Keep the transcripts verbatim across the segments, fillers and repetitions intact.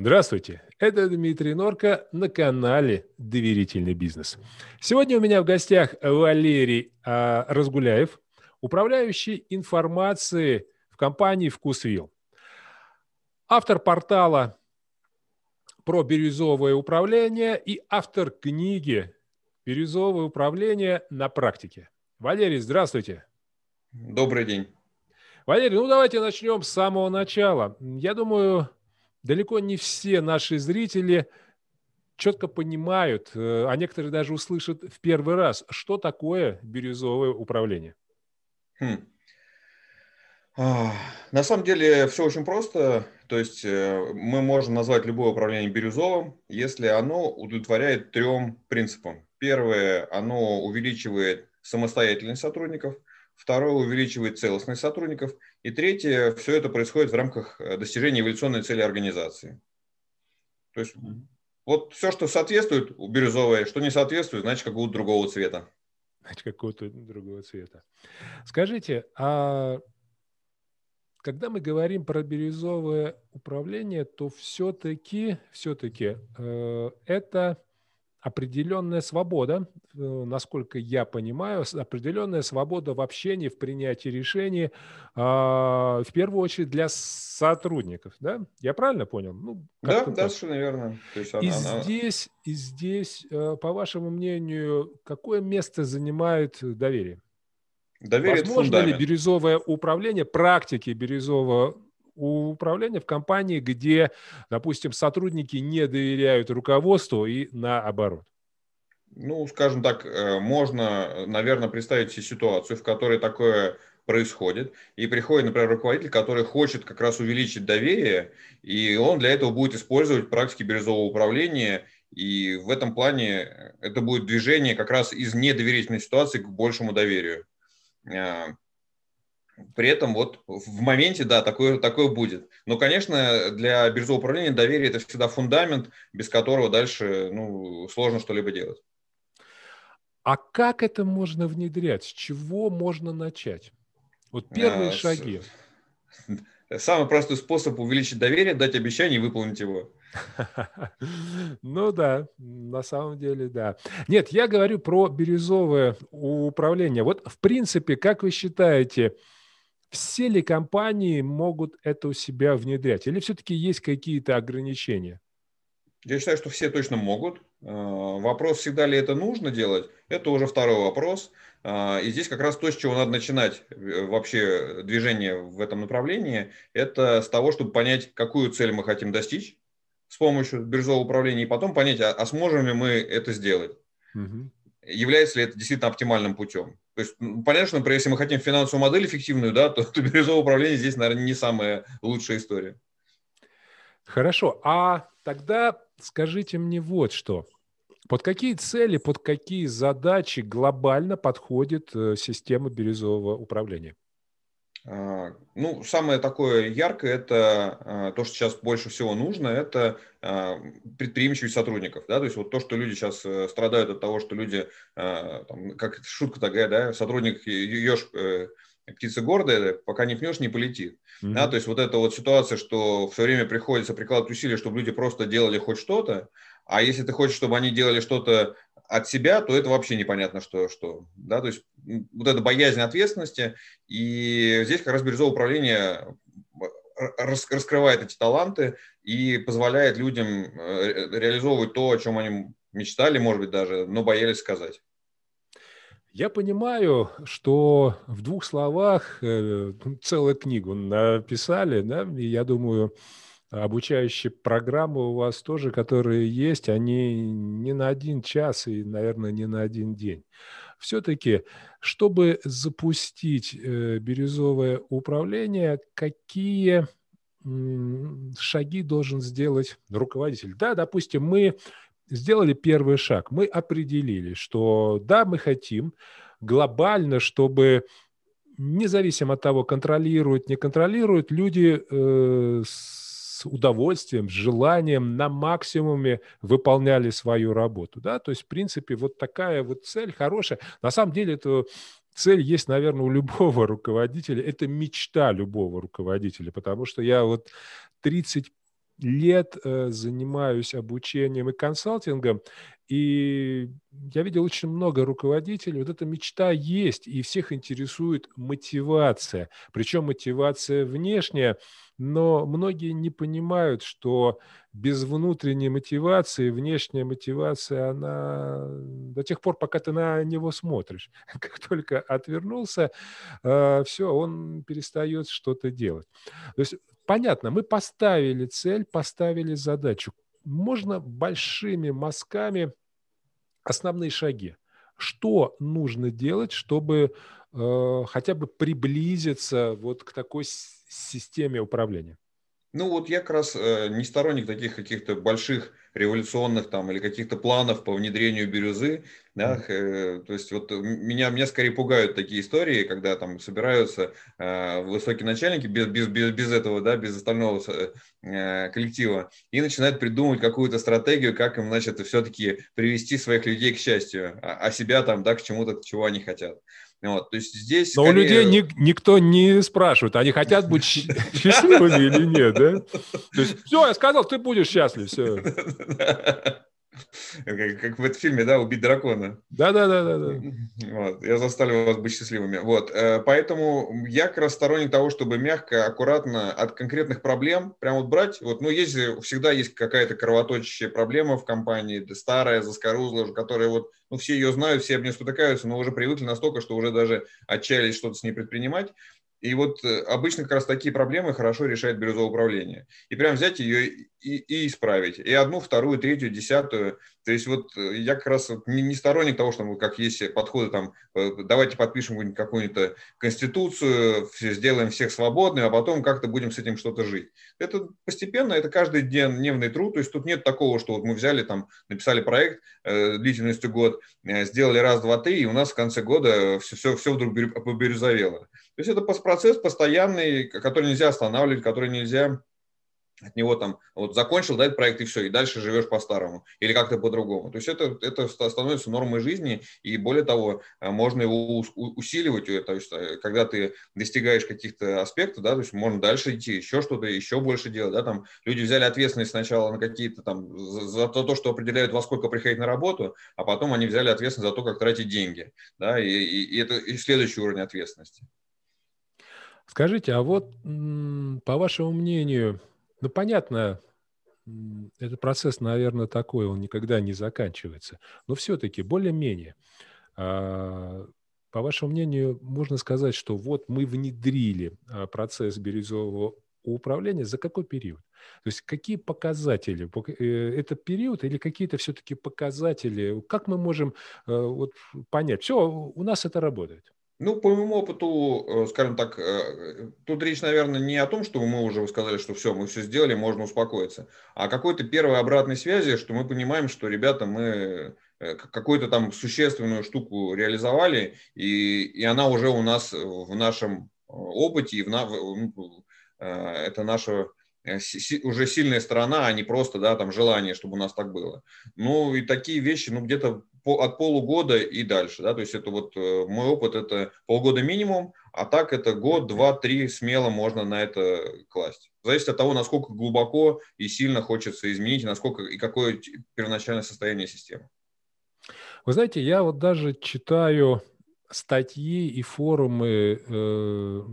Здравствуйте, это Дмитрий Норко на канале «Доверительный бизнес». Сегодня у меня в гостях Валерий а, Разгуляев, управляющий информацией в компании «Вкусвилл», автор портала про бирюзовое управление и автор книги «Бирюзовое управление на практике». Валерий, здравствуйте. Добрый день. Валерий, ну давайте начнем с самого начала. Я думаю, далеко не все наши зрители четко понимают, э, а некоторые даже услышат в первый раз, что такое бирюзовое управление. Хм. А, На самом деле все очень просто. То есть э, мы можем назвать любое управление бирюзовым, если оно удовлетворяет трем принципам. Первое, оно увеличивает самостоятельность сотрудников. Второе, увеличивает целостность сотрудников. И третье, все это происходит в рамках э, достижения эволюционной цели организации. То есть вот все, что соответствует, у бирюзовое, что не соответствует, значит, как будто другого цвета. Значит, какого-то другого цвета. Скажите, а когда мы говорим про бирюзовое управление, то все-таки, все-таки э, это определенная свобода, э, насколько я понимаю, с- определенная свобода в общении, в принятии решений, а, в первую очередь для сотрудников, да? Я правильно понял? Ну, Да, как-то да, так. совершенно верно. То есть И она, она- здесь, и здесь, э, по вашему мнению, какое место занимает доверие? доверие– это Возможно ли фундамент. бирюзовое управление, практики бирюзового управления в компании, где, допустим, сотрудники не доверяют руководству и наоборот? Ну, скажем так, э, можно, наверное, представить себе ситуацию, в которой такое происходит, и приходит, например, руководитель, который хочет как раз увеличить доверие, и он для этого будет использовать практики бирюзового управления, и в этом плане это будет движение как раз из недоверительной ситуации к большему доверию. Э, При этом вот в моменте, да, такое, такое будет. Но, конечно, для бирюзового управления доверие– это всегда фундамент, без которого дальше ну, сложно что-либо делать. А как это можно внедрять? С чего можно начать? Вот первые Э, с- шаги. Самый простой способ увеличить доверие– дать обещание и выполнить его. Ну да, на самом деле да. Нет, я говорю про бирюзовое управление. Вот в принципе, как вы считаете, все ли компании могут это у себя внедрять? Или все-таки есть какие-то ограничения? Я считаю, что все точно могут. Э, Вопрос, всегда ли это нужно делать, это уже второй вопрос. Э, И здесь как раз то, с чего надо начинать э, вообще движение в этом направлении, это с того, чтобы понять, какую цель мы хотим достичь с помощью бирюзового управления, и потом понять, а, а сможем ли мы это сделать. Мгм. Является ли это действительно оптимальным путем. То есть, ну, понятно, что, например, если мы хотим финансовую модель эффективную, да, то, то бирюзовое управление здесь, наверное, не самая лучшая история. Хорошо, а тогда скажите мне вот что. Под какие цели, под какие задачи глобально подходит э, система бирюзового управления? А, Ну, самое такое яркое, это а, то, что сейчас больше всего нужно, это а, предприимчивость сотрудников. Да? То есть вот то, что люди сейчас э, страдают от того, что люди, а, там, как шутка такая, да, сотрудник ешь птица гордая, пока не пнешь, не полетит. Да? То Мгм. есть вот эта вот ситуация, что все время приходится прикладывать усилия, чтобы люди просто делали хоть что-то, а если ты хочешь, чтобы они делали что-то от себя, то это вообще непонятно, что. что да? То есть м, вот эта боязнь ответственности, и здесь как раз бирюзовое управление раскрывает эти таланты и позволяет людям э, реализовывать то, о чем они мечтали, может быть, даже, но боялись сказать. Я понимаю, что в двух словах э, ну, целую книгу написали, да, и я думаю, обучающие программы у вас тоже, которые есть, они не на один час и, наверное, не на один день. Все-таки, чтобы запустить э, бирюзовое управление, какие м, шаги должен сделать руководитель? Да, допустим, мы сделали первый шаг, мы определили, что да, мы хотим глобально, чтобы независимо от того, контролируют, не контролируют, люди э, с удовольствием, с желанием на максимуме выполняли свою работу. Да? То есть, в принципе, вот такая вот цель хорошая. На самом деле, это цель есть, наверное, у любого руководителя. Это мечта любого руководителя, потому что я вот тридцать лет э, занимаюсь обучением и консалтингом, и я видел очень много руководителей. Вот эта мечта есть, и всех интересует мотивация. Причем мотивация внешняя, но многие не понимают, что без внутренней мотивации внешняя мотивация, она до тех пор, пока ты на него смотришь. Как только отвернулся, все, он перестает что-то делать. То есть понятно, мы поставили цель, поставили задачу. Можно большими мазками основные шаги. Что нужно делать, чтобы э, хотя бы приблизиться вот к такой с- системе управления? Ну вот я как раз э, не сторонник таких каких-то больших революционных там или каких-то планов по внедрению бирюзы, да, Мгм. х- э, то есть вот м- меня, меня скорее пугают такие истории, когда там собираются э, высокие начальники без, без, без, без этого, да, без остального с- э, коллектива и начинают придумывать какую-то стратегию, как им, значит, все-таки привести своих людей к счастью, а, а себя там, да, к чему-то, чего они хотят. Вот, то есть здесь Но у людей скорее... ни- никто не спрашивает, они хотят быть щ- счастливыми или нет, да? То есть, все, я сказал, ты будешь счастлив, все. Как, как в этом фильме, да, «Убить дракона». Да-да-да-да. Вот, я заставлю вас быть счастливыми. Вот, э, поэтому я как раз сторонник того, чтобы мягко, аккуратно от конкретных проблем прям вот брать. Вот, ну, есть, же- всегда есть какая-то кровоточащая проблема в компании, да, старая, заскорузлая, уже, которая вот, ну, все ее знают, все об ней спотыкаются, но уже привыкли настолько, что уже даже отчаялись что-то с ней предпринимать. И вот э, обычно как раз такие проблемы хорошо решает бирюзовое управление. И прям взять ее и, и исправить. И одну, вторую, третью, десятую. То есть вот э, я как раз вот не, не сторонник того, что мы, как есть подходы там, э, давайте подпишем какую-нибудь конституцию, все, сделаем всех свободными, а потом как-то будем с этим что-то жить. Это постепенно, это каждый день дневный труд, то есть тут нет такого, что вот мы взяли там, написали проект э, длительностью год, э, сделали раз, два, три, и у нас в конце года все, все, все вдруг бирю- побирюзовело. То есть это процесс постоянный, который нельзя останавливать, который нельзя от него там вот закончил, да, этот проект и все, и дальше живешь по-старому или как-то по-другому. То есть это, это становится нормой жизни, и более того, можно его усиливать, то есть когда ты достигаешь каких-то аспектов, да, то есть можно дальше идти, еще что-то, еще больше делать, да, там люди взяли ответственность сначала на какие-то там, за, за то, что определяют, во сколько приходить на работу, а потом они взяли ответственность за то, как тратить деньги, да, и, и, и это и следующий уровень ответственности. Скажите, а вот м, по вашему мнению, ну, понятно, м, этот процесс, наверное, такой, он никогда не заканчивается, но все-таки более-менее, а, по вашему мнению, можно сказать, что вот мы внедрили а, процесс бирюзового управления за какой период? То есть какие показатели? Пок- э, Это период или какие-то все-таки показатели? Как мы можем э, вот понять? Все, у нас это работает. Ну, по моему опыту, э, скажем так, э, тут речь, наверное, не о том, что мы уже сказали, что все, мы все сделали, можно успокоиться, а какой-то первой обратной связи, что мы понимаем, что, ребята, мы э, к- какую-то там существенную штуку реализовали, и, и она уже у нас в нашем э, опыте, и в на, в- ну, э, это наша э, си- си- уже сильная сторона, а не просто, да, там, желание, чтобы у нас так было. Ну, и такие вещи, ну, где-то по, от полугода и дальше, да, то есть это вот э, мой опыт, это полгода минимум, а так это год, два, три смело можно на это класть. Зависит от того, насколько глубоко и сильно хочется изменить, и насколько и какое т- первоначальное состояние системы. Вы знаете, я вот даже читаю статьи и форумы э,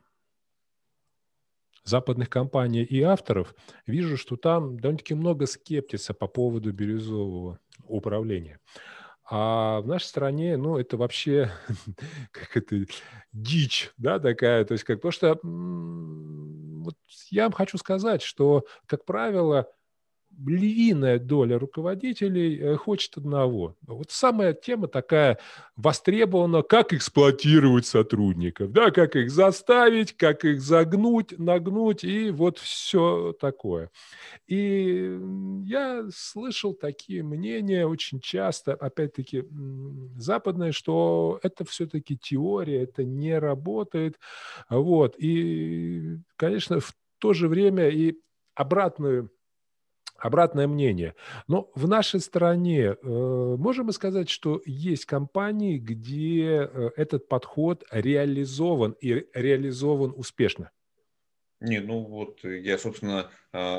западных компаний и авторов, вижу, что там довольно-таки много скептиса по поводу бирюзового управления. А в нашей стране, ну, это вообще как это дичь, да, такая. То есть, как, потому что м, вот я вам хочу сказать, что, как правило, львиная доля руководителей э, хочет одного. Вот самая тема такая востребована, как эксплуатировать сотрудников, да, как их заставить, как их загнуть, нагнуть, и вот все такое. И м, я слышал такие мнения очень часто, опять-таки, м, западные, что это все-таки теория, это не работает. Вот. И, конечно, в то же время и обратную Обратное мнение. Но в нашей стране э, можем мы сказать, что есть компании, где э, этот подход реализован и реализован успешно? Не, ну вот я, собственно,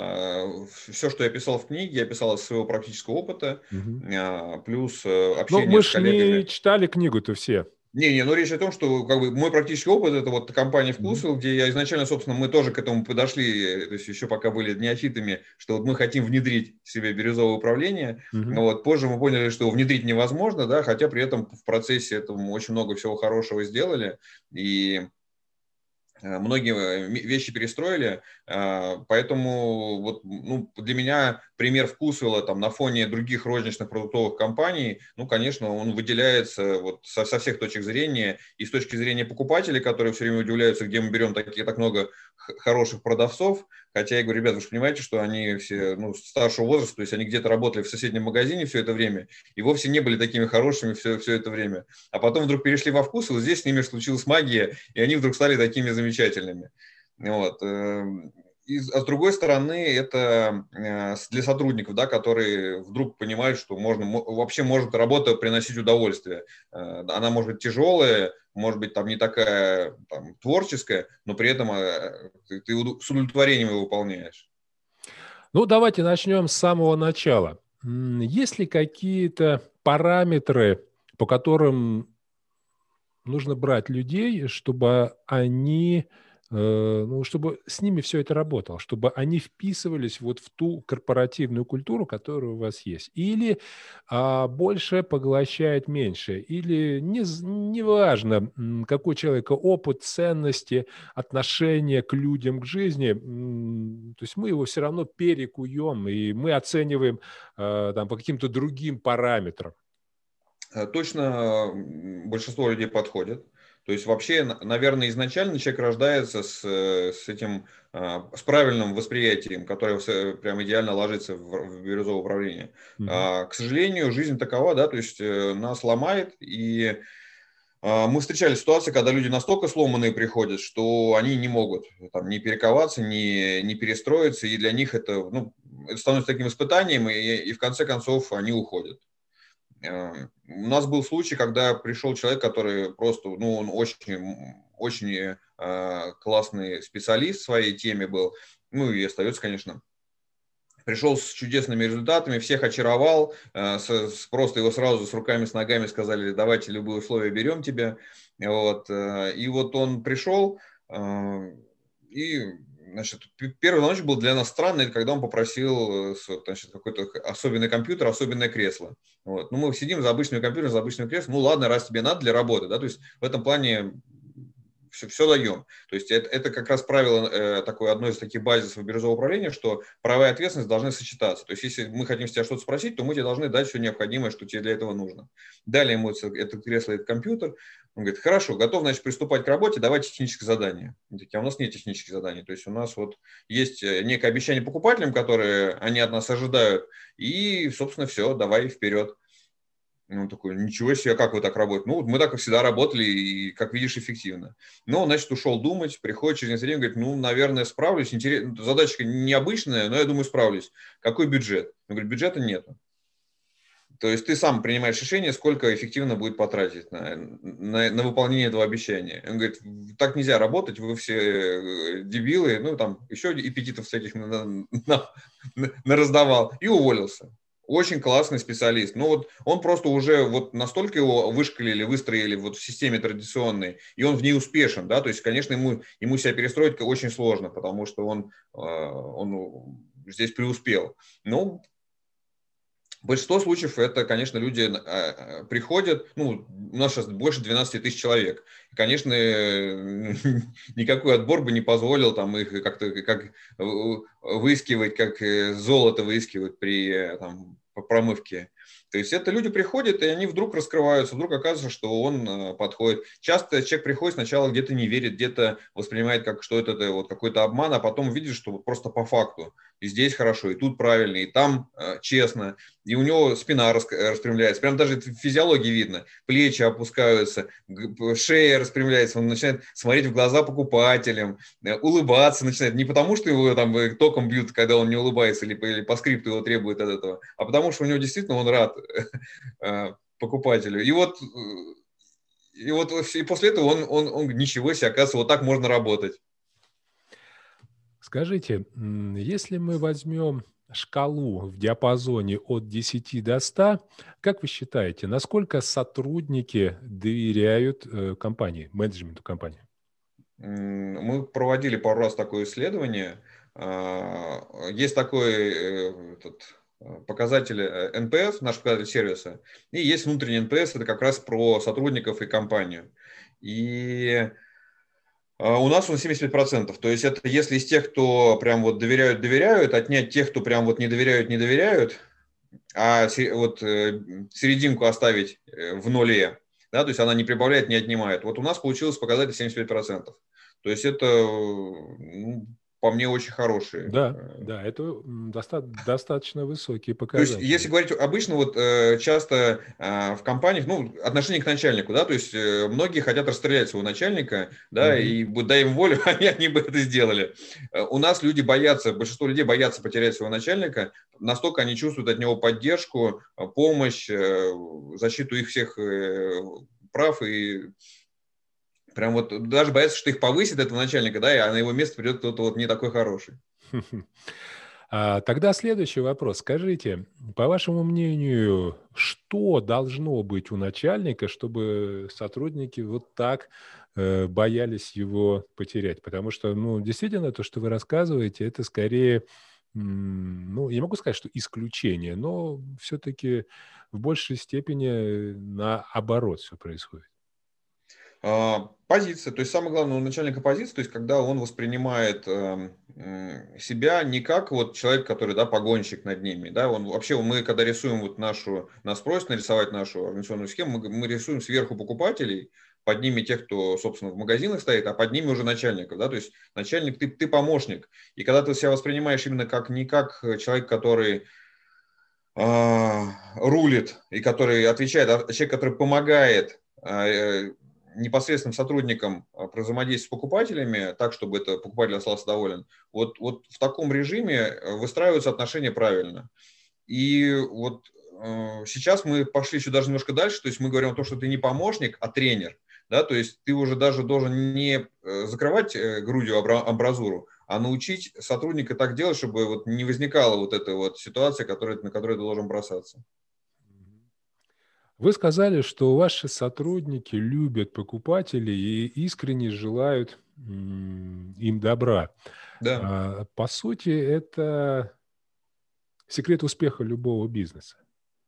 все, что я писал в книге, я писал из своего практического опыта, Мгм. а, плюс э, Ну, общение мы с ж не коллегами. читали книгу-то все. Не-не, ну речь о том, что как бы мой практический опыт — это вот компания Мгм. «Вкусвилл», где я изначально, собственно, мы тоже к этому подошли, э, то есть еще пока были неофитами, что вот мы хотим внедрить в себе бирюзовое управление. Мгм. Вот. Позже мы поняли, что внедрить невозможно, да, хотя при этом в процессе этому очень много всего хорошего сделали. И Э, многие э, вещи перестроили, э, поэтому вот, ну, для меня пример Вкусвилла там на фоне других розничных продуктовых компаний, ну, конечно, он выделяется вот со, со всех точек зрения, и с точки зрения покупателей, которые все время удивляются, где мы берем такие, так много х- хороших продавцов, хотя я говорю, ребята, вы же понимаете, что они все, ну, старшего возраста, то есть они где-то работали в соседнем магазине все это время и вовсе не были такими хорошими все, все это время, а потом вдруг перешли во Вкусвилл, здесь с ними случилась магия, и они вдруг стали такими замечательными. Вот. эм, И, а с другой стороны, это э, для сотрудников, да, которые вдруг понимают, что можно, вообще может работа приносить удовольствие. Э, Она может быть тяжелая, может быть там не такая там, творческая, но при этом э, ты, ты с удовлетворением его выполняешь. Ну, давайте начнем с самого начала. М, Есть ли какие-то параметры, по которым нужно брать людей, чтобы они, э, ну, чтобы с ними все это работало, чтобы они вписывались вот в ту корпоративную культуру, которая у вас есть? Или, а, больше поглощает меньше? Или не з неважно, м, какой у человека опыт, ценности, отношение к людям, к жизни, м, то есть мы его все равно перекуем, и мы оцениваем, э, там по каким-то другим параметрам. Э, Точно большинство людей подходит. То есть вообще, на- наверное, изначально человек рождается с, э, с этим, а, с правильным восприятием, которое все- прям идеально ложится в, в бирюзовое управление. Мгм. А, К сожалению, жизнь такова, да, то есть э, нас ломает, и а, мы встречали ситуации, когда люди настолько сломанные приходят, что они не могут там ни перековаться, ни, ни перестроиться, и для них это, ну, это становится таким испытанием, и, и в конце концов они уходят. Э, У нас был случай, когда пришел человек, который просто, ну, он очень, очень э, классный специалист в своей теме был, ну и остается, конечно. Пришел с чудесными результатами, всех очаровал, э, с, с- просто его сразу с руками, с ногами сказали, давайте любые условия берем тебя. Вот, э, и вот он пришел, э, и значит, п- первый ночь был для нас странный, когда он попросил э, с- значит, какой-то особенный компьютер, особенное кресло. Вот. Ну, мы сидим за обычным компьютером, за обычным креслом, ну ладно, раз тебе надо для работы, да, то есть в этом плане все, все даем. То есть это, это как раз правило, э, такое, одно из таких базисов бирюзового управления, что права и ответственность должны сочетаться. То есть если мы хотим с тебя что-то спросить, то мы тебе должны дать все необходимое, что тебе для этого нужно. Дали ему это кресло, этот компьютер. Он говорит, хорошо, готов, значит, приступать к работе, давайте технические задания. Мы такие, а у нас нет технических заданий. То есть у нас вот есть э, некое обещание покупателям, которые они от нас ожидают, и, собственно, все, давай вперед. И он такой, ничего себе, как вы так работаете? Ну, вот мы так и всегда работали, и, как видишь, эффективно. Ну, значит, ушел думать, приходит через некоторое время, говорит, ну, наверное, справлюсь. Интерес... Задачка необычная, но я думаю, справлюсь. Какой бюджет? Он говорит, бюджета нету. То есть ты сам принимаешь решение, сколько эффективно будет потратить на, на, на выполнение этого обещания. Он говорит, так нельзя работать, вы все э, дебилы, ну, там, еще эпитетов всяких на, на, на, на раздавал, и уволился. Очень классный специалист. Ну вот он просто уже вот настолько его вышкалили, выстроили вот в системе традиционной, и он в ней успешен, да, то есть, конечно, ему, ему себя перестроить очень сложно, потому что он, э, он здесь преуспел. Ну, большинство случаев это, конечно, люди э, приходят, ну, у нас сейчас больше двенадцати тысяч человек. И, конечно, э, никакой отбор бы не позволил там их как-то как выискивать, как э, золото выискивать при э, там, промывке. То есть это люди приходят, и они вдруг раскрываются, вдруг оказывается, что он э, подходит. Часто человек приходит, сначала где-то не верит, где-то воспринимает, как, что это, это вот какой-то обман, а потом видит, что просто по факту. И здесь хорошо, и тут правильно, и там э, честно. И у него спина распрямляется. Прям даже в физиологии видно. Плечи опускаются, шея распрямляется. Он начинает смотреть в глаза покупателям, улыбаться начинает. Не потому, что его там током бьют, когда он не улыбается, или по, или по скрипту его требует от этого, а потому, что у него действительно он рад покупателю. И вот, и вот и после этого он, он, он ничего себе, оказывается, вот так можно работать. Скажите, м, если мы возьмем шкалу в диапазоне от десяти до ста, как вы считаете, насколько сотрудники доверяют э, компании, менеджменту компании? М, Мы проводили пару раз такое исследование. А, Есть такой э, этот, э, показатель э, эн пи эс, наш показатель сервиса, и есть внутренний эн пи эс, это как раз про сотрудников и компанию. И а, у нас он семьдесят пять процентов. То есть это если из тех, кто прям вот доверяют, доверяют, отнять тех, кто прям вот не доверяют, не доверяют, а се- вот э, серединку оставить э, в нуле, да, то есть она не прибавляет, не отнимает. Вот у нас получилось показатель семьдесят пять процентов. То есть это, э, ну, по мне, очень хорошие. Да, э, да, это м, доста- достаточно высокие То есть, если показатели. говорить обычно, вот э, часто э, в компаниях, ну, отношение к начальнику, да, то есть э, многие хотят расстрелять своего начальника, да, Мгм. и бы- дай им волю, они, они бы это сделали. Э, У нас люди боятся, большинство людей боятся потерять своего начальника, настолько они чувствуют от него поддержку, э, помощь, э, защиту их всех э, прав, и прям вот даже боятся, что их повысит, этого начальника, да, а на его место придет кто-то вот не такой хороший. А, тогда следующий вопрос. Скажите, по вашему мнению, что должно быть у начальника, чтобы сотрудники вот так э, боялись его потерять? Потому что, ну, действительно, то, что вы рассказываете, это скорее, м, ну, я не могу сказать, что исключение, но все-таки в большей степени э, наоборот все происходит. А, Позиция, то есть самое главное у начальника позиция, то есть когда он воспринимает эм, м, себя не как вот человек, который, да, погонщик над ними, да, он вообще, мы когда рисуем вот нашу, нас просят нарисовать нашу организационную схему, мы, мы рисуем сверху покупателей, под ними тех, кто, собственно, в магазинах стоит, а под ними уже начальников, да, то есть начальник, ты, ты помощник, и когда ты себя воспринимаешь именно как, не как человек, который а, рулит и который отвечает, а человек, который помогает а, э, непосредственным сотрудникам а, про взаимодействие с покупателями, так, чтобы это покупатель остался доволен, вот, вот в таком режиме э, выстраиваются отношения правильно. И вот э, сейчас мы пошли еще даже немножко дальше, то есть мы говорим о том, что ты не помощник, а тренер, да, то есть ты уже даже должен не э, закрывать э, грудью абра- амбразуру, а научить сотрудника так делать, чтобы вот не возникала вот эта вот ситуация, которая, на которую ты должен бросаться. Вы сказали, что ваши сотрудники любят покупателей и искренне желают м, им добра. Да. А, По сути, это секрет успеха любого бизнеса.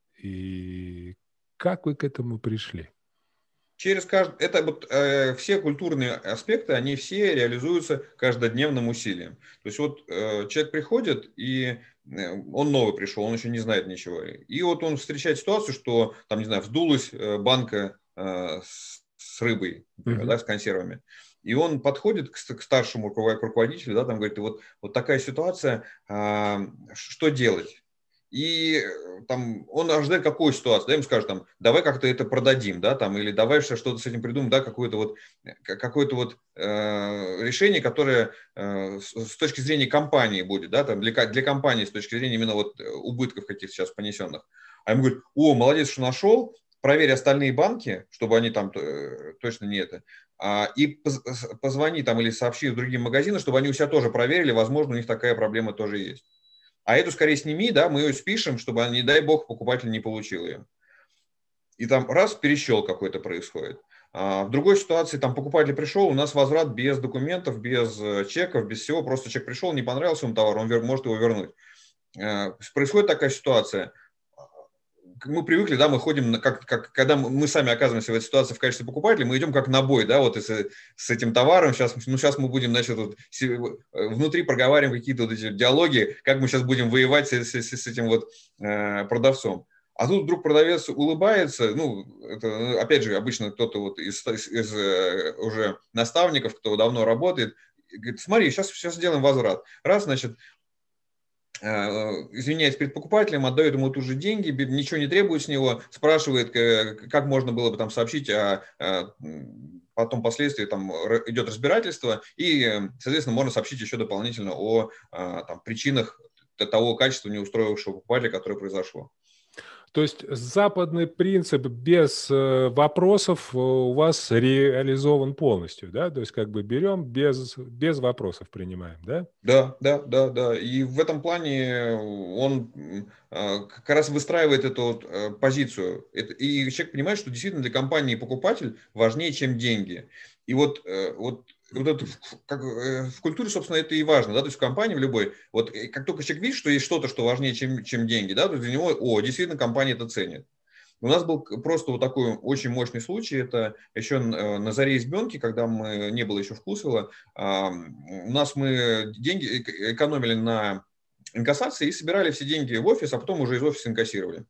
И как вы к этому пришли? Через кажд... Это вот э, все культурные аспекты, они все реализуются каждодневным усилием. То есть вот э, человек приходит, и э, он новый пришел, он еще не знает ничего. И вот он встречает ситуацию, что там, не знаю, вздулась э, банка э, с, с рыбой, например, Мгм. да, с консервами. И он подходит к, с- к старшему руковод- к руководителю, да, там говорит, вот, вот такая ситуация, а, что делать? И э, там он ожидает какую ситуацию, да, ему скажут там, давай как-то это продадим, да, там, или давай что-то с этим придумаем, да, какое-то вот, э, какое-то вот э, решение, которое э, с, с точки зрения компании будет, да, там, для, ко- для компании с точки зрения именно вот э, убытков каких-то сейчас понесенных. А ему говорят, о, молодец, что нашел, проверь остальные банки, чтобы они там э, точно не это, а, и поз- позвони там или сообщи другим магазинам, чтобы они у себя тоже проверили, возможно, у них такая проблема тоже есть. А эту скорее сними, да, мы ее спишем, чтобы, не дай бог, покупатель не получил ее. И там раз, пересчет какой-то происходит. А в другой ситуации там покупатель пришел, у нас возврат без документов, без э, чеков, без всего. Просто человек пришел, не понравился ему товар, он вер, может его вернуть. Э, Происходит такая ситуация. Мы привыкли, да, мы ходим, на- как, как, когда мы сами оказываемся в этой ситуации в качестве покупателя, мы идем как на бой, да, вот и с, с этим товаром, сейчас, ну, сейчас мы будем, значит, вот, си- внутри проговариваем какие-то вот эти диалоги, как мы сейчас будем воевать с, с, с этим вот э, продавцом. А тут вдруг продавец улыбается, ну, это, ну, опять же, обычно кто-то вот из, из, из э, уже наставников, кто давно работает, говорит, смотри, сейчас, сейчас сделаем возврат. Раз, значит, извиняется перед покупателем, отдает ему тут же деньги, ничего не требует с него, спрашивает, как можно было бы там сообщить, а потом впоследствии там идет разбирательство, и, соответственно, можно сообщить еще дополнительно о там, причинах того качества неустроившего покупателя, которое произошло. То есть западный принцип без э, вопросов э, у вас реализован полностью, да? То есть как бы берем без, без вопросов принимаем, да? Да, да, да, да. И в этом плане он м, а, как раз выстраивает эту вот, э, позицию. Это- И человек понимает, что действительно для компании покупатель важнее, чем деньги. И вот, э, вот, вот это в, как, э, в культуре, собственно, это и важно. Да? То есть в компании в любой, вот э, как только человек видит, что есть что-то, что важнее, чем, чем деньги, да, то для него, о, действительно, компания это ценит. У нас был к- просто вот такой очень мощный случай. Это еще н- э, на заре избенки, когда мы не было еще вкусвилла. а, У нас мы деньги эк- экономили на инкассации и собирали все деньги в офис, а потом уже из офиса инкассировали.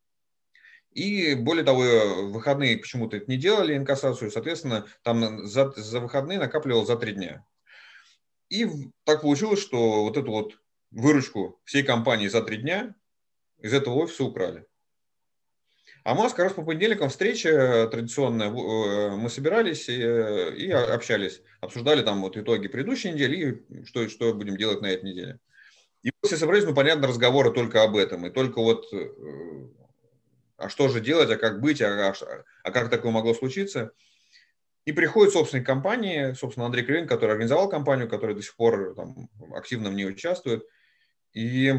И более того, э, в выходные почему-то это не делали, инкассацию, соответственно, там за, за выходные накапливал за три дня. И в- так получилось, что вот эту вот выручку всей компании за три дня из этого офиса украли. А у нас как раз по понедельникам встреча традиционная. В- э, Мы собирались и, э, и о- общались, обсуждали там вот итоги предыдущей недели и что, что будем делать на этой неделе. И все собрались, ну, понятно, разговоры только об этом. И только вот, э, а что же делать, а как быть, а, а ш- а как такое могло случиться. И приходит собственник компании, собственно, Андрей Кривин, который организовал компанию, который до сих пор там активно в ней участвует. И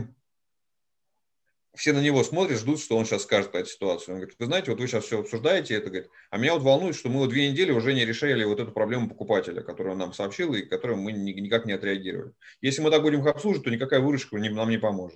все на него смотрят, ждут, что он сейчас скажет по этой ситуации. Он говорит, вы знаете, вот вы сейчас все обсуждаете это, говорит, а меня вот волнует, что мы вот две недели уже не решали вот эту проблему покупателя, которую он нам сообщил и которую мы ни- никак не отреагировали. Если мы так будем их обслуживать, то никакая выручка не- нам не поможет.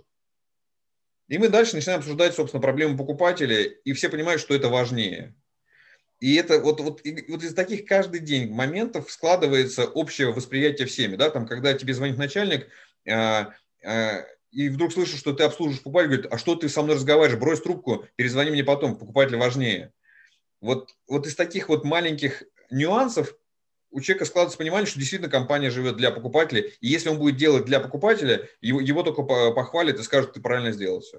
И мы дальше начинаем обсуждать, собственно, проблему покупателя, и все понимают, что это важнее. И это вот, вот, и вот из таких каждый день моментов складывается общее восприятие всеми. Да? Там, когда тебе звонит начальник, а, а, и вдруг слышишь, что ты обслуживаешь покупателя, говорит, а что ты со мной разговариваешь, брось трубку, перезвони мне потом, покупатель важнее. Вот, вот из таких вот маленьких нюансов у человека складывается понимание, что действительно компания живет для покупателя, и если он будет делать для покупателя, его, его только по- похвалят и скажут, ты правильно сделал все.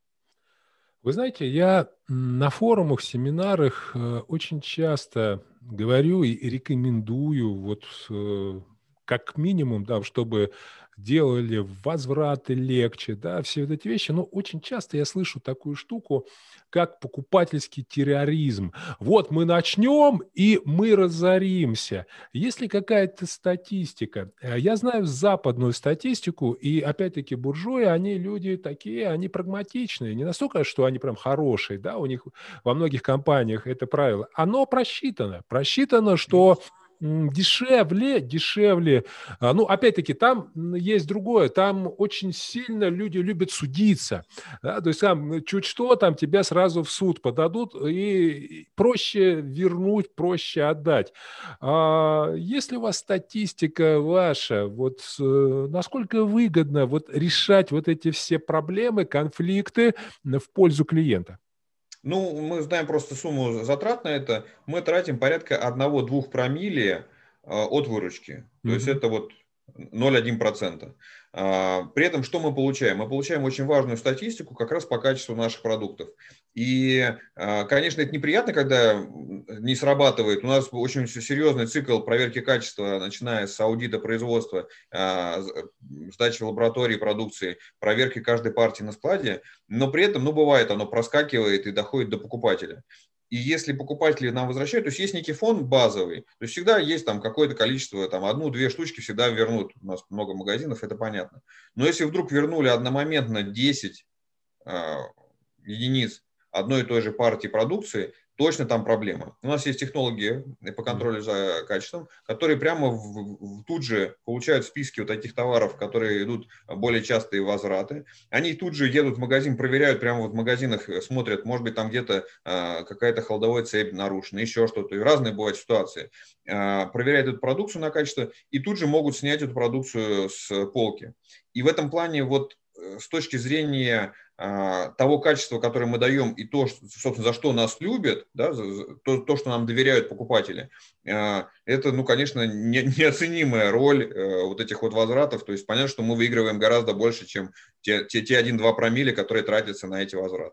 Вы знаете, я м, на форумах, семинарах э, очень часто говорю и и рекомендую, вот э, как минимум, да, чтобы делали возвраты легче, да, все вот эти вещи. Но очень часто я слышу такую штуку, как покупательский терроризм. Вот мы начнем, и мы разоримся. Есть ли какая-то статистика? Э, Я знаю западную статистику, и опять-таки буржуи, они люди такие, они прагматичные. Не настолько, что они прям хорошие, да, у них во многих компаниях это правило. Оно просчитано. Просчитано, что м, дешевле, дешевле. А, Ну, опять-таки, там м, есть другое. Там очень сильно люди любят судиться. Да, то есть там ну, чуть что, там тебя сразу в суд подадут, и проще вернуть, проще отдать. А есть ли у вас статистика ваша, вот э, насколько выгодно вот решать вот эти все проблемы, конфликты м, в пользу клиента? Ну, мы знаем просто сумму затрат на это. Мы тратим порядка одного-двух промилле а, от выручки. То есть Мгм. это вот ноль целых одна десятая процента. А, При этом что мы получаем? Мы получаем очень важную статистику как раз по качеству наших продуктов. И, а, конечно, это неприятно, когда м, не срабатывает. У нас очень серьезный цикл проверки качества, начиная с аудита производства, а, з- сдачи в лаборатории продукции, проверки каждой партии на складе. Но при этом, ну, бывает, оно проскакивает и доходит до покупателя. И если покупатели нам возвращают, то есть есть некий фонд базовый, то есть всегда есть там какое-то количество, там одну-две штучки всегда вернут. У нас много магазинов, это понятно. Но если вдруг вернули одномоментно десять а, единиц одной и той же партии продукции, точно там проблема. У нас есть технологии по Мгм. контролю за качеством, которые прямо в, в, тут же получают списки вот таких товаров, которые идут более частые возвраты. Они тут же едут в магазин, проверяют прямо вот в магазинах, смотрят, может быть, там где-то а, какая-то холодовая цепь нарушена, еще что-то. И разные бывают ситуации. А, проверяют эту продукцию на качество и тут же могут снять эту продукцию с полки. И в этом плане вот э, с точки зрения а, того качества, которое мы даем, и то, что, собственно, за что нас любят, да, за, за, то, то, что нам доверяют покупатели, а, это, ну, конечно, не, неоценимая роль а, вот этих вот возвратов. То есть понятно, что мы выигрываем гораздо больше, чем те, те, те один-два промилле, которые тратятся на эти возвраты.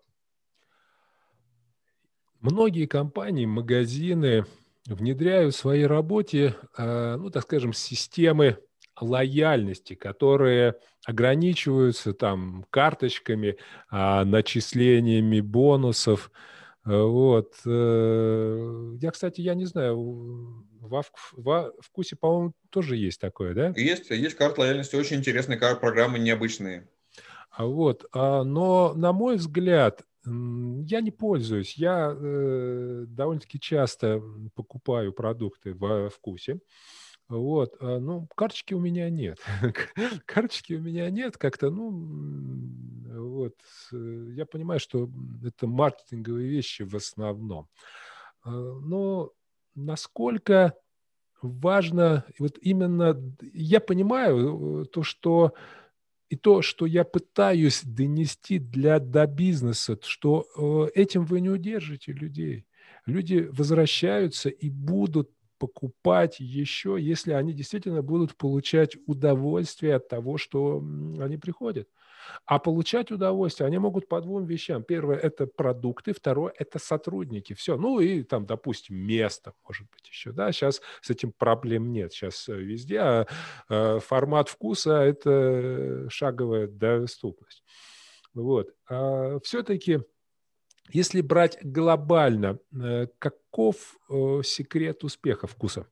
Многие компании, магазины внедряют в своей работе, а, ну, так скажем, системы лояльности, которые ограничиваются там карточками, а, начислениями бонусов. Э, Вот. э, Я, кстати, я не знаю, у- во, вк- во вкусе, по-моему, тоже есть такое, да? Есть, есть карта лояльности, очень интересные кар- программы, необычные. А Вот. а, Но, на мой взгляд, м, я не пользуюсь. Я э, довольно-таки часто м, покупаю продукты во вкусе. Вот. а, Ну, карточки у меня нет. Карточки у меня нет как-то, ну, м, вот. э, Я понимаю, что м, это маркетинговые вещи в основном. А, Но насколько важно, вот именно д- я понимаю э, то, что и то, что я пытаюсь донести для до бизнеса, что э, этим вы не удержите людей. Люди возвращаются и будут покупать еще, если они действительно будут получать удовольствие от того, что м, они приходят. А получать удовольствие они могут по двум вещам. Первое – это продукты, второе – это сотрудники. Все. Ну и там, допустим, место, может быть, еще. Да? Сейчас с этим проблем нет. Сейчас э, везде а, э, формат вкуса – это шаговая доступность. Вот. А все-таки, если брать глобально, э, каков э, секрет успеха вкуса?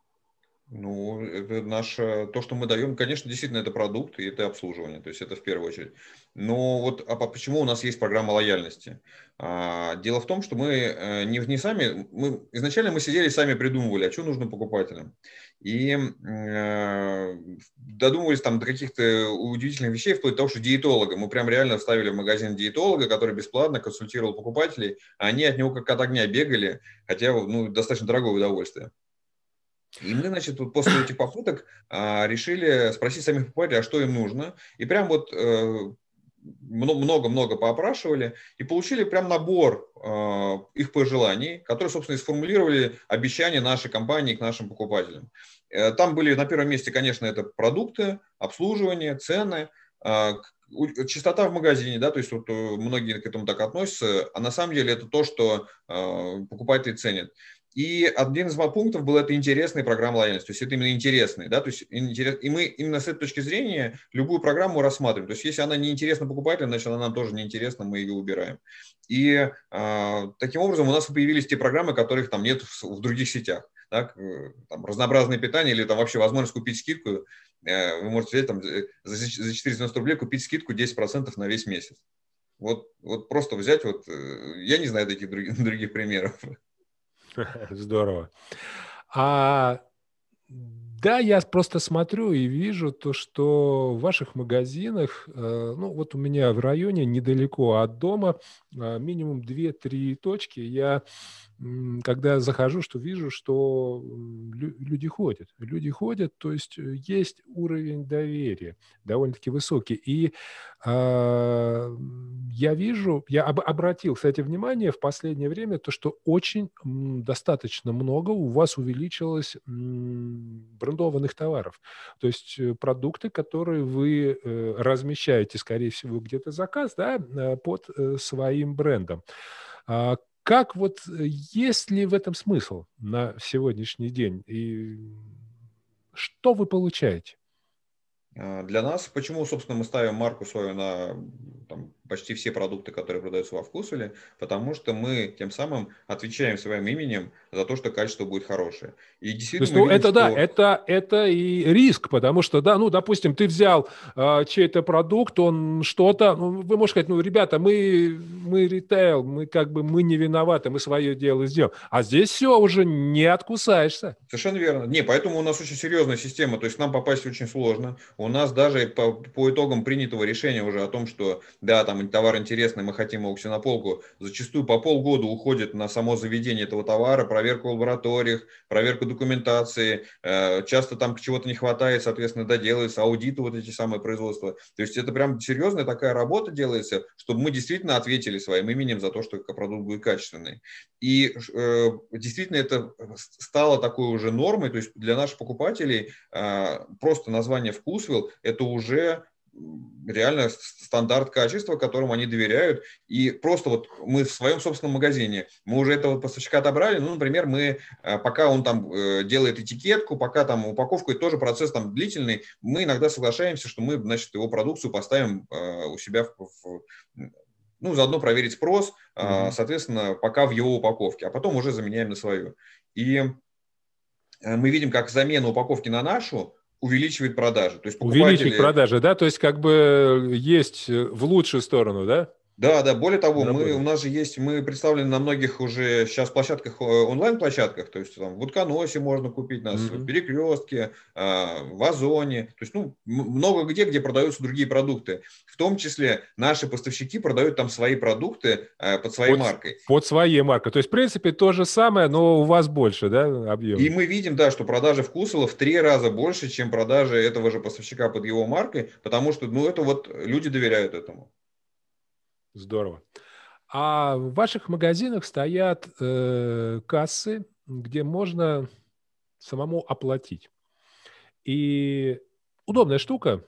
Ну, это наше, то, что мы даем, конечно, действительно, это продукт и это обслуживание, то есть это в первую очередь. Но вот а по- почему у нас есть программа лояльности? А, дело в том, что мы э, не, не сами, мы, изначально мы сидели, сами придумывали, а что нужно покупателям. И э, додумывались там до каких-то удивительных вещей, вплоть до того, что диетолога. Мы прям реально вставили в магазин диетолога, который бесплатно консультировал покупателей, а они от него как от огня бегали, хотя ну, достаточно дорогое удовольствие. И мы, значит, вот после этих попыток а, решили спросить самих покупателей, а что им нужно. И прям вот э, много-много поопрашивали и получили прям набор э, их пожеланий, которые, собственно, и сформулировали обещания нашей компании к нашим покупателям. Э, Там были на первом месте, конечно, это продукты, обслуживание, цены, э, к- у- чистота в магазине, да, то есть вот э, многие к этому так относятся, а на самом деле это то, что э, покупатели ценят. И один из пунктов был это интересная программа лояльности, то есть это именно интересный, да, то есть интерес, и мы именно с этой точки зрения любую программу рассматриваем, то есть если она не интересна покупателям, значит она нам тоже не интересна, мы ее убираем. И э, таким образом у нас появились те программы, которых там нет в, в других сетях, да, там, разнообразное питание или там вообще возможность купить скидку, э, вы можете взять там за, за четыреста девяносто рублей купить скидку десять процентов на весь месяц. Вот, вот просто взять, вот, э, я не знаю таких других, других примеров. Здорово. А да, я просто смотрю и вижу то, что в ваших магазинах, э, ну вот у меня в районе, недалеко от дома, а, минимум две-три точки. Я, м, когда захожу, что вижу, что м, лю- люди ходят. Люди ходят, то есть э, есть уровень доверия довольно-таки высокий. И а, м, я вижу, я об- обратил, кстати, внимание в последнее время, то, что очень м, достаточно много у вас увеличилось м, брендованных товаров. То есть э, продукты, которые вы э, размещаете, скорее всего, где-то заказ, да, э, под э, своим брендом. А как вот, э, есть ли в этом смысл на сегодняшний день? И что вы получаете? А, Для нас, почему, собственно, мы ставим марку свою на там, почти все продукты, которые продаются во Вкусвилле, потому что мы тем самым отвечаем своим именем за то, что качество будет хорошее. И То есть, действительно мы ну, видим, это да, что это, это и риск, потому что, да, ну, допустим, ты взял а, чей-то продукт, он что-то, ну, вы можете сказать, ну, ребята, мы, мы ритейл, мы как бы, мы не виноваты, мы свое дело сделаем. А здесь все, уже не откусаешься. совершенно верно. Не, поэтому у нас очень серьезная система, то есть нам попасть очень сложно. У нас даже по, по итогам принятого решения уже о том, что да, там товар интересный, мы хотим его к себе на полку, зачастую по полгода уходит на само заведение этого товара, проверку в лабораториях, проверку документации, э, часто там чего-то не хватает, соответственно, доделается, аудиты вот эти самые производства. То есть это прям серьезная такая работа делается, чтобы мы действительно ответили своим именем за то, что продукт будет качественный. И э, действительно это стало такой уже нормой, то есть для наших покупателей э, просто название «Вкусвилл» это уже реально стандарт качества, которому они доверяют. И просто вот мы в своем собственном магазине, мы уже этого поставщика отобрали, ну, например, мы, пока он там делает этикетку, пока там упаковку, это тоже процесс там длительный, мы иногда соглашаемся, что мы, значит, его продукцию поставим у себя в, в ну, заодно проверить спрос, mm-hmm. соответственно, пока в его упаковке, а потом уже заменяем на свою. И мы видим, как замена упаковки на нашу увеличивает продажи. То есть покупатели... Увеличить продажи, да? То есть как бы есть в лучшую сторону, да? Да, да, более того, мы, у нас же есть, мы представлены на многих уже сейчас площадках, онлайн-площадках, то есть там в Утконосе можно купить нас, mm-hmm. в Перекрестке, в Озоне, то есть ну, много где, где продаются другие продукты. В том числе наши поставщики продают там свои продукты под своей под, маркой. Под своей маркой. То есть, в принципе, то же самое, но у вас больше, да, объем? И мы видим, да, что продажи Вкусвилла в три раза больше, чем продажи этого же поставщика под его маркой, потому что, ну, это вот люди доверяют этому. Здорово. А в ваших магазинах стоят э, кассы, где можно самому оплатить. И удобная штука.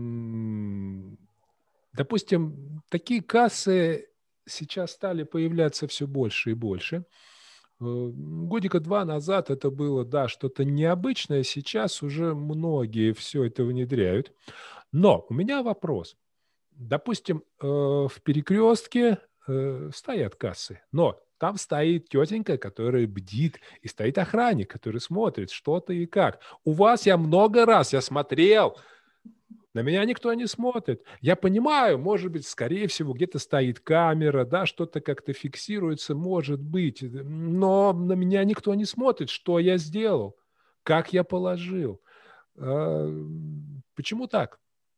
Допустим, такие кассы сейчас стали появляться все больше и больше. Годика два назад это было, да, что-то необычное. Сейчас уже многие все это внедряют. Но у меня вопрос. Допустим, в Перекрестке стоят кассы, но там стоит тетенька, которая бдит, и стоит охранник, который смотрит что-то и как. У вас я много раз, я смотрел, на меня никто не смотрит. Я понимаю, может быть, скорее всего, где-то стоит камера, да, что-то как-то фиксируется, может быть, но на меня никто не смотрит, что я сделал, как я положил. Почему так?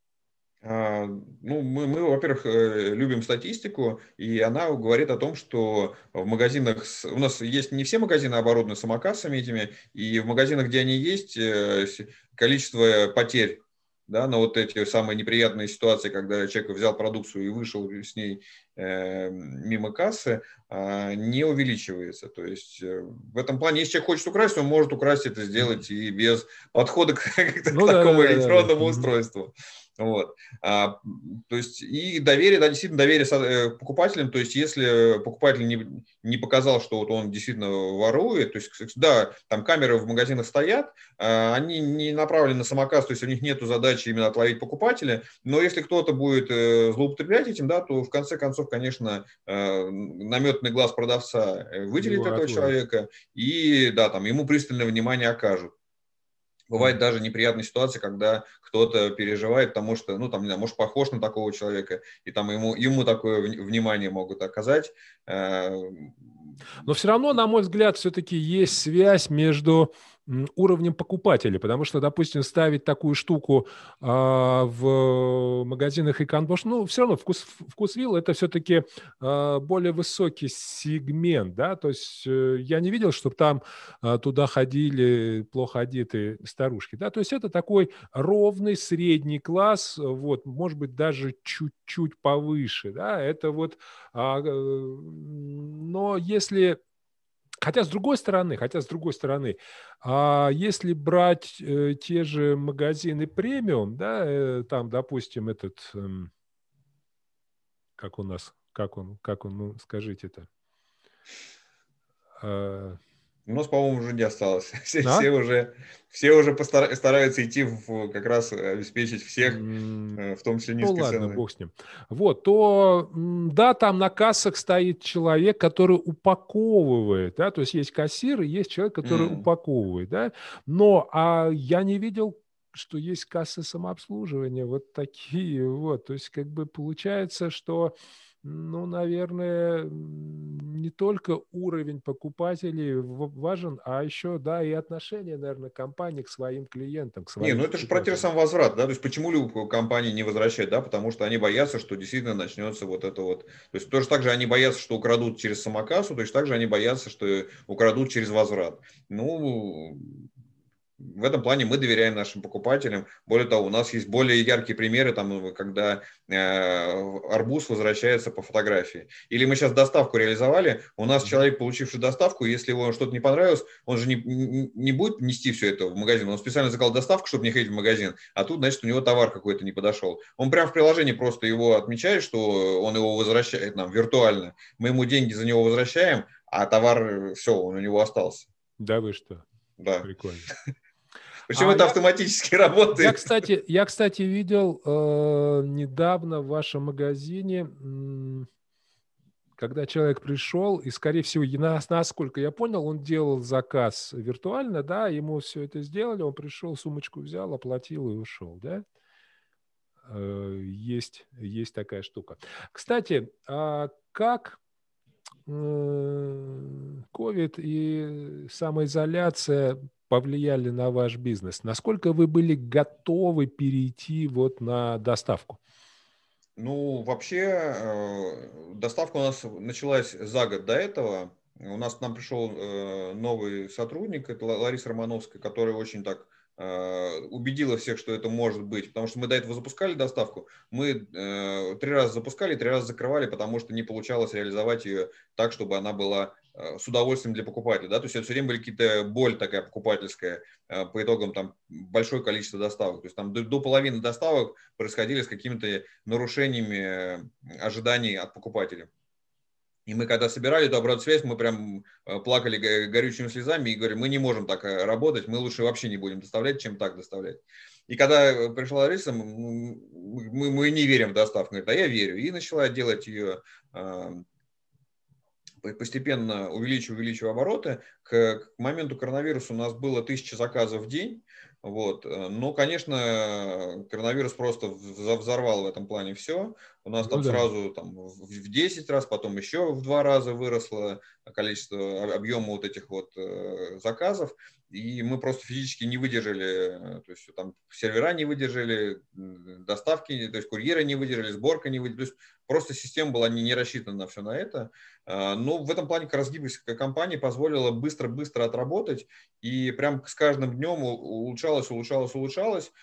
Ну, мы, мы, во-первых, любим статистику, и она говорит о том, что в магазинах, у нас есть не все магазины оборудованы самокассами этими, и в магазинах, где они есть, количество потерь, да, на вот эти самые неприятные ситуации, когда человек взял продукцию и вышел с ней э, мимо кассы, э, не увеличивается. То есть э, в этом плане, если человек хочет украсть, он может украсть это сделать и без подхода к, к, ну, к да, такому да, электронному да, да. устройству. Вот. А, то есть и доверие, да, действительно доверие покупателям, то есть если покупатель не, не показал, что вот он действительно ворует, то есть да, там камеры в магазинах стоят, а, они не направлены на самоказ, то есть у них нет задачи именно отловить покупателя, но если кто-то будет э, злоупотреблять этим, да, то в конце концов, конечно, э, наметанный глаз продавца выделит его этого отловит. Человека и да, там ему пристальное внимание окажут. Бывает даже неприятные ситуации, когда кто-то переживает, потому что, ну, там, не знаю, может, похож на такого человека, и там ему, ему такое внимание могут оказать. Но все равно, на мой взгляд, все-таки есть связь между уровнем покупателей, потому что, допустим, ставить такую штуку а, в магазинах иконбош, ну, все равно вкус, Вкусвилл это все-таки а, более высокий сегмент, да, то есть а, я не видел, чтобы там а, туда ходили плохо одетые старушки, да, то есть это такой ровный средний класс, вот, может быть, даже чуть-чуть повыше, да, это вот, а, но если... Хотя с другой стороны, хотя с другой стороны, а если брать э, те же магазины премиум, да, э, там, допустим, этот, э, как у нас, как он, как он, ну, скажите это. Э, У нас, по-моему, уже не осталось. Все, а? все уже, все уже постар... стараются идти в, как раз обеспечить всех, mm, в том числе низкой ну, ладно, ценой. Бог с ним. Вот, то, да, там на кассах стоит человек, который упаковывает, да, то есть есть кассир и есть человек, который mm. упаковывает, да, но а я не видел, что есть кассы самообслуживания, вот такие вот, то есть как бы получается, что... Ну, наверное, не только уровень покупателей важен, а еще, да, и отношение, наверное, компании к своим клиентам, к своим. Не, ну это же про те же самый возврат, да, то есть почему компании не возвращают, да, потому что они боятся, что действительно начнется вот это вот, то есть тоже так же они боятся, что украдут через самокассу, то есть также они боятся, что украдут через возврат. Ну, в этом плане мы доверяем нашим покупателям. Более того, у нас есть более яркие примеры, там, когда э, арбуз возвращается по фотографии. Или мы сейчас доставку реализовали, у нас человек, получивший доставку, если его что-то не понравилось, он же не, не будет нести все это в магазин. Он специально заказал доставку, чтобы не ходить в магазин, а тут, значит, у него товар какой-то не подошел. Он прямо в приложении просто его отмечает, что он его возвращает нам виртуально. Мы ему деньги за него возвращаем, а товар, все, он у него остался. Да вы что? Да. Прикольно. Причем а это я, автоматически работает. Я, кстати, я, кстати видел э, недавно в вашем магазине, м, когда человек пришел, и, скорее всего, насколько я понял, он делал заказ виртуально, да, ему все это сделали, он пришел, сумочку взял, оплатил и ушел, да? Э, есть, есть такая штука. Кстати, а как ковид и самоизоляция повлияли на ваш бизнес? Насколько вы были готовы перейти вот на доставку? Ну, вообще, доставка у нас началась за год до этого. У нас к нам пришел новый сотрудник, это Лариса Романовская, которая очень так убедила всех, что это может быть, потому что мы до этого запускали доставку, мы э, три раза запускали, три раза закрывали, потому что не получалось реализовать ее так, чтобы она была э, с удовольствием для покупателя, да, то есть это все время были какие-то боль такая покупательская э, по итогам там большое количество доставок, то есть там до, до половины доставок происходили с какими-то нарушениями ожиданий от покупателя. И мы когда собирали эту обратную связь, мы прям плакали горючими слезами и говорили, мы не можем так работать, мы лучше вообще не будем доставлять, чем так доставлять. И когда пришла Лариса, мы, мы не верим в доставку. Говорит, а я верю. И начала делать ее, постепенно увеличивая, увеличивая обороты. К, к моменту коронавируса у нас было тысяча заказов в день. Вот. Но, конечно, коронавирус просто взорвал в этом плане все. У нас ну, там да. сразу там, в десять раз, потом еще в два раза выросло количество, объема вот этих вот э, заказов. И мы просто физически не выдержали, то есть там сервера не выдержали, доставки, то есть курьеры не выдержали, сборка не выдержали. То есть просто система была не, не рассчитана на все на это. Но в этом плане как раз гибкость компании позволила быстро-быстро отработать. И прям с каждым днем улучшалось, улучшалось, улучшалось.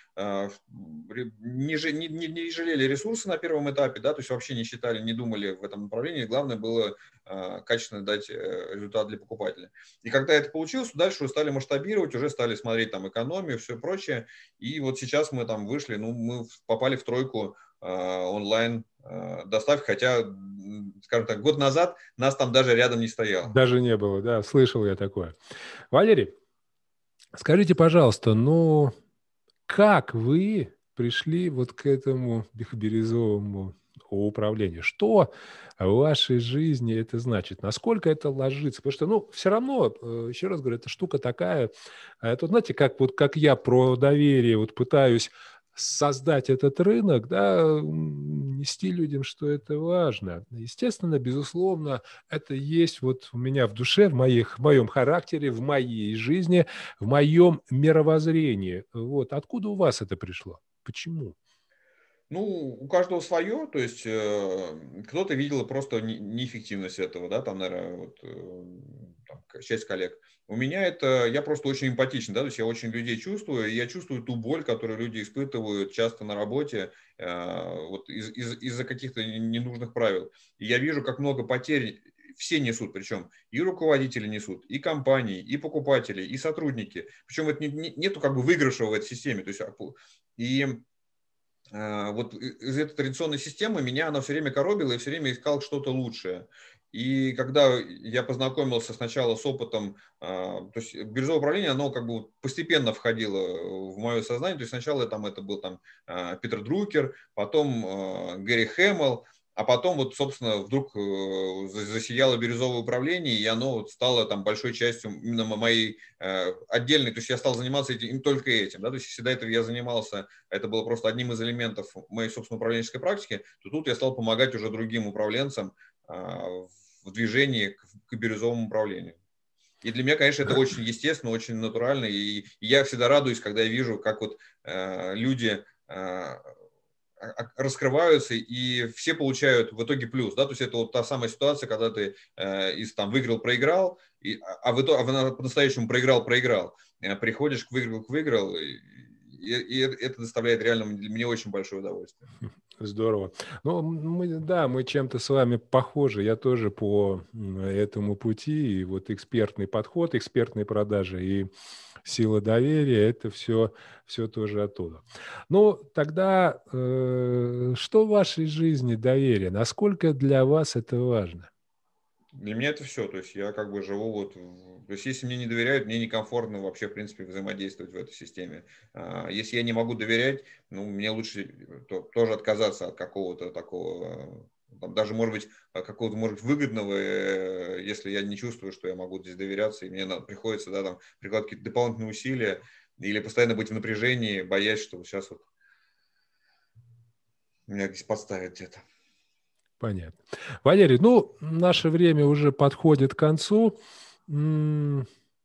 Не, не, не жалели ресурсы на первом этапе, да, то есть вообще не считали, не думали в этом направлении. Главное было качественно дать результат для покупателя. И когда это получилось, дальше уже стали масштабировать, уже стали смотреть там экономию, все прочее. И вот сейчас мы там вышли, ну, мы попали в тройку э, онлайн э, доставки, хотя, скажем так, год назад нас там даже рядом не стояло. Даже не было, да, слышал я такое. Валерий, скажите, пожалуйста, ну, как вы пришли вот к этому бирюзовому управлению? Что в вашей жизни это значит? Насколько это ложится? Потому что, ну, все равно, еще раз говорю, эта штука такая. Это, знаете, как вот как я про доверие вот пытаюсь создать этот рынок, да, нести людям, что это важно. Естественно, безусловно, это есть вот у меня в душе, в, моих, в моем характере, в моей жизни, в моем мировоззрении. Вот. Откуда у вас это пришло? Почему? Ну, у каждого свое, то есть э, кто-то видел просто не, неэффективность этого, да, там, наверное, вот, э, там, часть коллег. У меня это, я просто очень эмпатичен, да, то есть я очень людей чувствую, и я чувствую ту боль, которую люди испытывают часто на работе, э, вот из, из, из-за каких-то ненужных правил. И я вижу, как много потерь все несут, причем и руководители несут, и компании, и покупатели, и сотрудники. Причем это не, не, нету как бы выигрыша в этой системе, то есть и вот из этой традиционной системы меня она все время коробила и все время искал что-то лучшее. И когда я познакомился сначала с опытом, то есть биржевое управление, оно как бы постепенно входило в мое сознание. То есть сначала там это был там Питер Друкер, потом Гэри Хэмилл, а потом вот, собственно, вдруг засияло бирюзовое управление, и оно вот стало там большой частью именно моей э, отдельной, то есть я стал заниматься этим, им только этим, да, то есть если до этого я занимался, это было просто одним из элементов моей собственной управленческой практики, то тут я стал помогать уже другим управленцам э, в движении к, к бирюзовому управлению. И для меня, конечно, это очень естественно, очень натурально, и, и я всегда радуюсь, когда я вижу, как вот э, люди... Э, раскрываются, и все получают в итоге плюс, да, то есть это вот та самая ситуация, когда ты э, из там выиграл, проиграл, и, а в итоге а по-настоящему проиграл, проиграл, э, приходишь к выиграл, к выиграл, и, и, и это доставляет реально мне очень большое удовольствие. Здорово. Ну, мы, да, мы чем-то с вами похожи. Я тоже по этому пути. И вот экспертный подход, экспертные продажи и сила доверия – это все, все тоже оттуда. Ну, тогда э, что в вашей жизни доверие? Насколько для вас это важно? Для меня это все. То есть я как бы живу вот... То есть если мне не доверяют, мне некомфортно вообще, в принципе, взаимодействовать в этой системе. Если я не могу доверять, ну, мне лучше то, тоже отказаться от какого-то такого... Там, даже, может быть, какого-то, может быть, выгодного, если я не чувствую, что я могу здесь доверяться, и мне надо, приходится, да, там, прикладывать какие-то дополнительные усилия, или постоянно быть в напряжении, боясь, что сейчас вот меня здесь подставят где-то. Понятно. Валерий, ну, наше время уже подходит к концу. Тем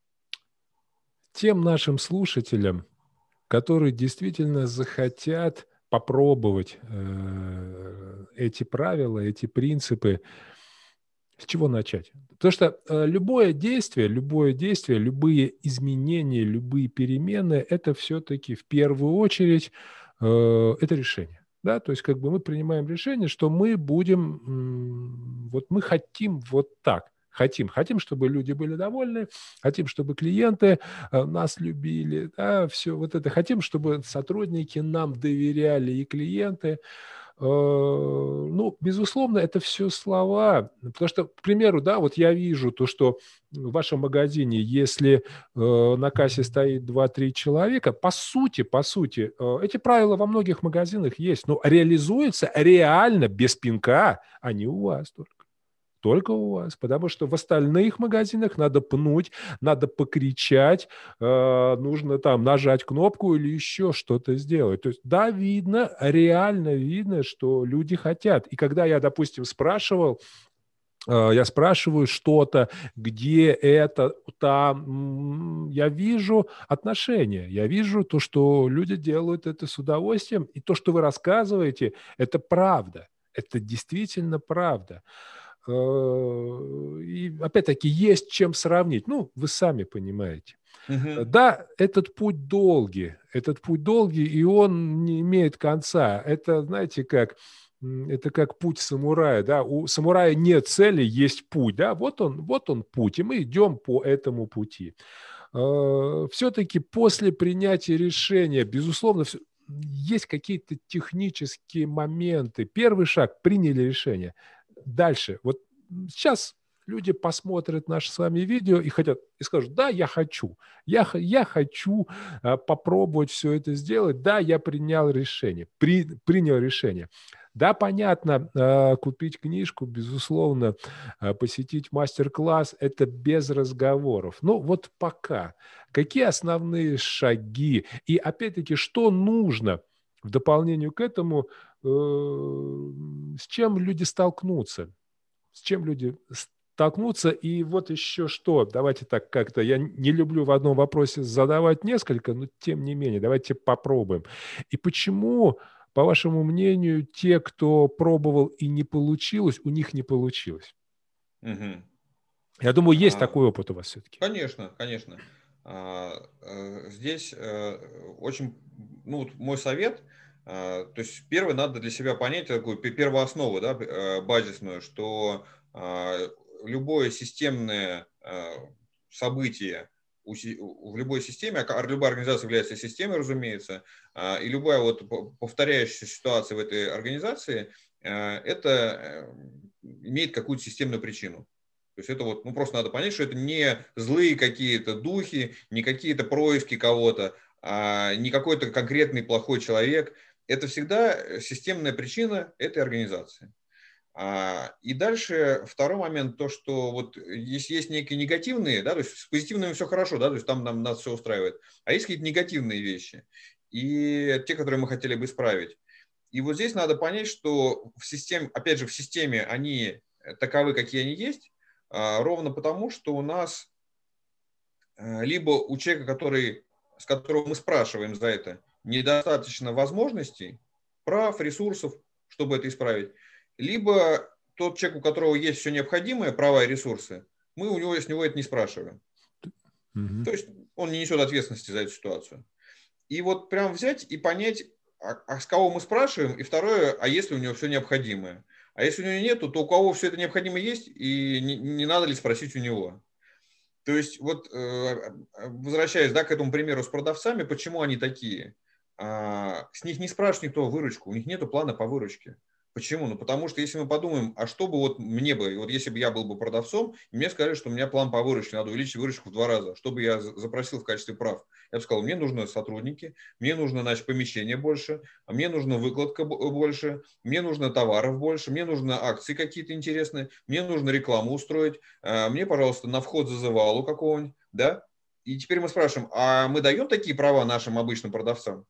нашим слушателям, которые действительно захотят попробовать э, эти правила, эти принципы, с чего начать? Потому что э, любое действие, любое действие, любые изменения, любые перемены – это все-таки в первую очередь э, это решение. Да? То есть как бы мы принимаем решение, что мы будем, м, вот мы хотим вот так. Хотим. Хотим, чтобы люди были довольны, хотим, чтобы клиенты э, нас любили, да, все вот это. Хотим, чтобы сотрудники нам доверяли и клиенты. Э, Ну, безусловно, это все слова. Потому что, к примеру, да, вот я вижу то, что в вашем магазине, если э, на кассе стоит два-три человека, по сути, по сути, э, эти правила во многих магазинах есть, но реализуются реально без пинка, они у вас только. Только у вас, потому что в остальных магазинах надо пнуть, надо покричать, э, нужно там нажать кнопку или еще что-то сделать. То есть, да, видно, реально видно, что люди хотят. И когда я, допустим, спрашивал, э, я спрашиваю что-то, где это, там, я вижу отношения, я вижу то, что люди делают это с удовольствием, и то, что вы рассказываете, это правда, это действительно правда. И опять-таки есть чем сравнить. Ну, вы сами понимаете. Угу. Да, этот путь долгий, этот путь долгий, и он не имеет конца. Это, знаете, как, это как путь самурая, да, у самурая нет цели, есть путь, да, вот он, вот он путь, и мы идем по этому пути. Все-таки после принятия решения, безусловно, есть какие-то технические моменты. Первый шаг – приняли решение. Дальше. Вот сейчас люди посмотрят наше с вами видео и хотят, и скажут, да, я хочу, я, я хочу а, попробовать все это сделать, да, я принял решение, при, принял решение. Да, понятно, а, купить книжку, безусловно, а, посетить мастер-класс – это без разговоров. Ну, вот пока. Какие основные шаги? И, опять-таки, что нужно в дополнение к этому, э, с чем люди столкнутся? С чем люди столкнутся? И вот еще что, давайте так как-то, я не люблю в одном вопросе задавать несколько, но тем не менее, давайте попробуем. И почему, по вашему мнению, те, кто пробовал и не получилось, у них не получилось? Угу. Я думаю, есть А, такой опыт у вас все-таки. конечно, конечно. А, э, здесь э, очень, ну, вот мой совет, а, то есть первый надо для себя понять такую пе- первооснову, да, э, базисную, что а, любое системное а, событие у си- у- в любой системе, а любая организация является системой, разумеется, а, и любая вот по- повторяющаяся ситуация в этой организации, а, это э, имеет какую-то системную причину. То есть это вот, ну просто надо понять, что это не злые какие-то духи, не какие-то происки кого-то, а не какой-то конкретный плохой человек. Это всегда системная причина этой организации. А, и дальше второй момент, то, что вот есть, есть некие негативные, да, то есть с позитивными все хорошо, да, то есть там нам нас все устраивает, а есть какие-то негативные вещи, и те, которые мы хотели бы исправить. И вот здесь надо понять, что в системе, опять же, в системе они таковы, какие они есть, а, ровно потому, что у нас а, либо у человека, который, с которого мы спрашиваем за это, недостаточно возможностей, прав, ресурсов, чтобы это исправить. Либо тот человек, у которого есть все необходимое, права и ресурсы, мы у него, с него это не спрашиваем. Угу. То есть он не несет ответственности за эту ситуацию. И вот прям взять и понять, а, а с кого мы спрашиваем, и второе, а если у него все необходимое. А если у него нету, то у кого все это необходимое есть, и не, не надо ли спросить у него. То есть вот возвращаясь, да, к этому примеру с продавцами, почему они такие? А, с них не спрашивает никто выручку, у них нет плана по выручке. Почему? Ну, потому что если мы подумаем, а что бы вот мне бы, вот если бы я был бы продавцом, и мне сказали, что у меня план по выручке, надо увеличить выручку в два раза, что бы я запросил в качестве прав? Я бы сказал, мне нужны сотрудники, мне нужно, значит, помещение больше, а мне нужна выкладка больше, мне нужно товаров больше, мне нужны акции какие-то интересные, мне нужно рекламу устроить, мне, пожалуйста, на вход зазывалу какого-нибудь, да? И теперь мы спрашиваем, а мы даем такие права нашим обычным продавцам?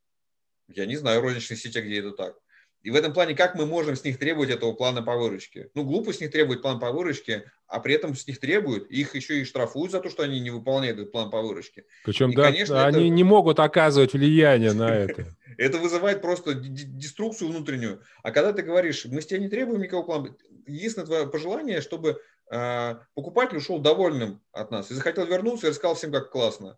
Я не знаю в розничных сетях, где это так. И в этом плане, как мы можем с них требовать этого плана по выручке? Ну, глупо с них требовать план по выручке, а при этом с них требуют, их еще и штрафуют за то, что они не выполняют этот план по выручке. Причем, и, да, конечно, они это... не могут оказывать влияние на это. Это вызывает просто деструкцию внутреннюю. А когда ты говоришь, мы с тебя не требуем никакого плана, единственное твое пожелание, чтобы покупатель ушел довольным от нас и захотел вернуться и рассказал всем, как классно.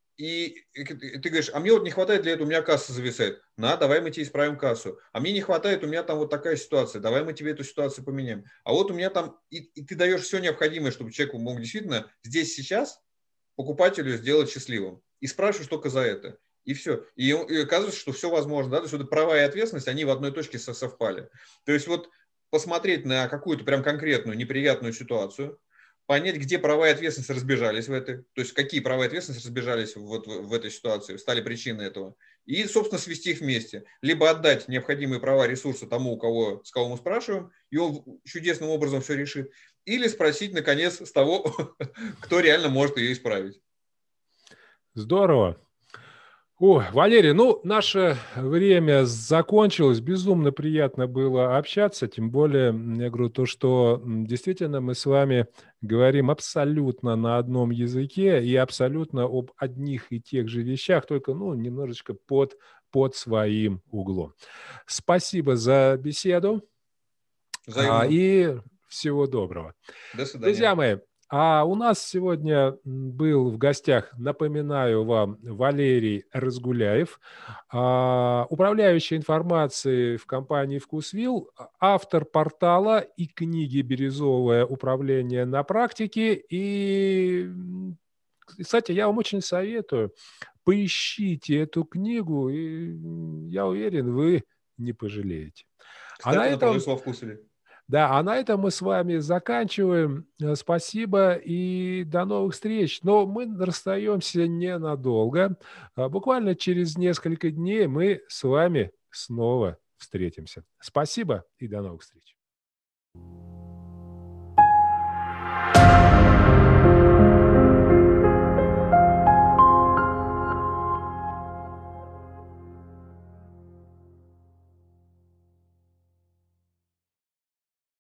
И ты говоришь, а мне вот не хватает для этого, у меня касса зависает. На, давай мы тебе исправим кассу. А мне не хватает, у меня там вот такая ситуация, давай мы тебе эту ситуацию поменяем. А вот у меня там, и, и ты даешь все необходимое, чтобы человек мог действительно здесь сейчас покупателю сделать счастливым. И спрашиваешь только за это. И все. И, и оказывается, что все возможно. Да? То есть вот права и ответственность, они в одной точке совпали. То есть вот посмотреть на какую-то прям конкретную неприятную ситуацию, понять, где права и ответственность разбежались в этой, то есть какие права и ответственность разбежались вот в, в этой ситуации, стали причиной этого, и, собственно, свести их вместе. Либо отдать необходимые права, ресурсы тому, у кого, с кого мы спрашиваем, и он чудесным образом все решит, или спросить, наконец, с того, кто реально может ее исправить. Здорово. О, Валерий, ну, наше время закончилось. Безумно приятно было общаться, тем более, я говорю, то, что действительно мы с вами говорим абсолютно на одном языке и абсолютно об одних и тех же вещах, только, ну, немножечко под, под своим углом. Спасибо за беседу. Взаимно. И всего доброго. До свидания. Друзья мои, а у нас сегодня был в гостях, напоминаю вам, Валерий Разгуляев, управляющий информацией в компании «Вкусвилл», автор портала и книги «Бирюзовое управление на практике». И, кстати, я вам очень советую, поищите эту книгу, и я уверен, вы не пожалеете. Кстати, а на она этом... продается во «Вкусвилле». Да, а на этом мы с вами заканчиваем. Спасибо и до новых встреч. Но мы расстаемся ненадолго. Буквально через несколько дней мы с вами снова встретимся. Спасибо и до новых встреч.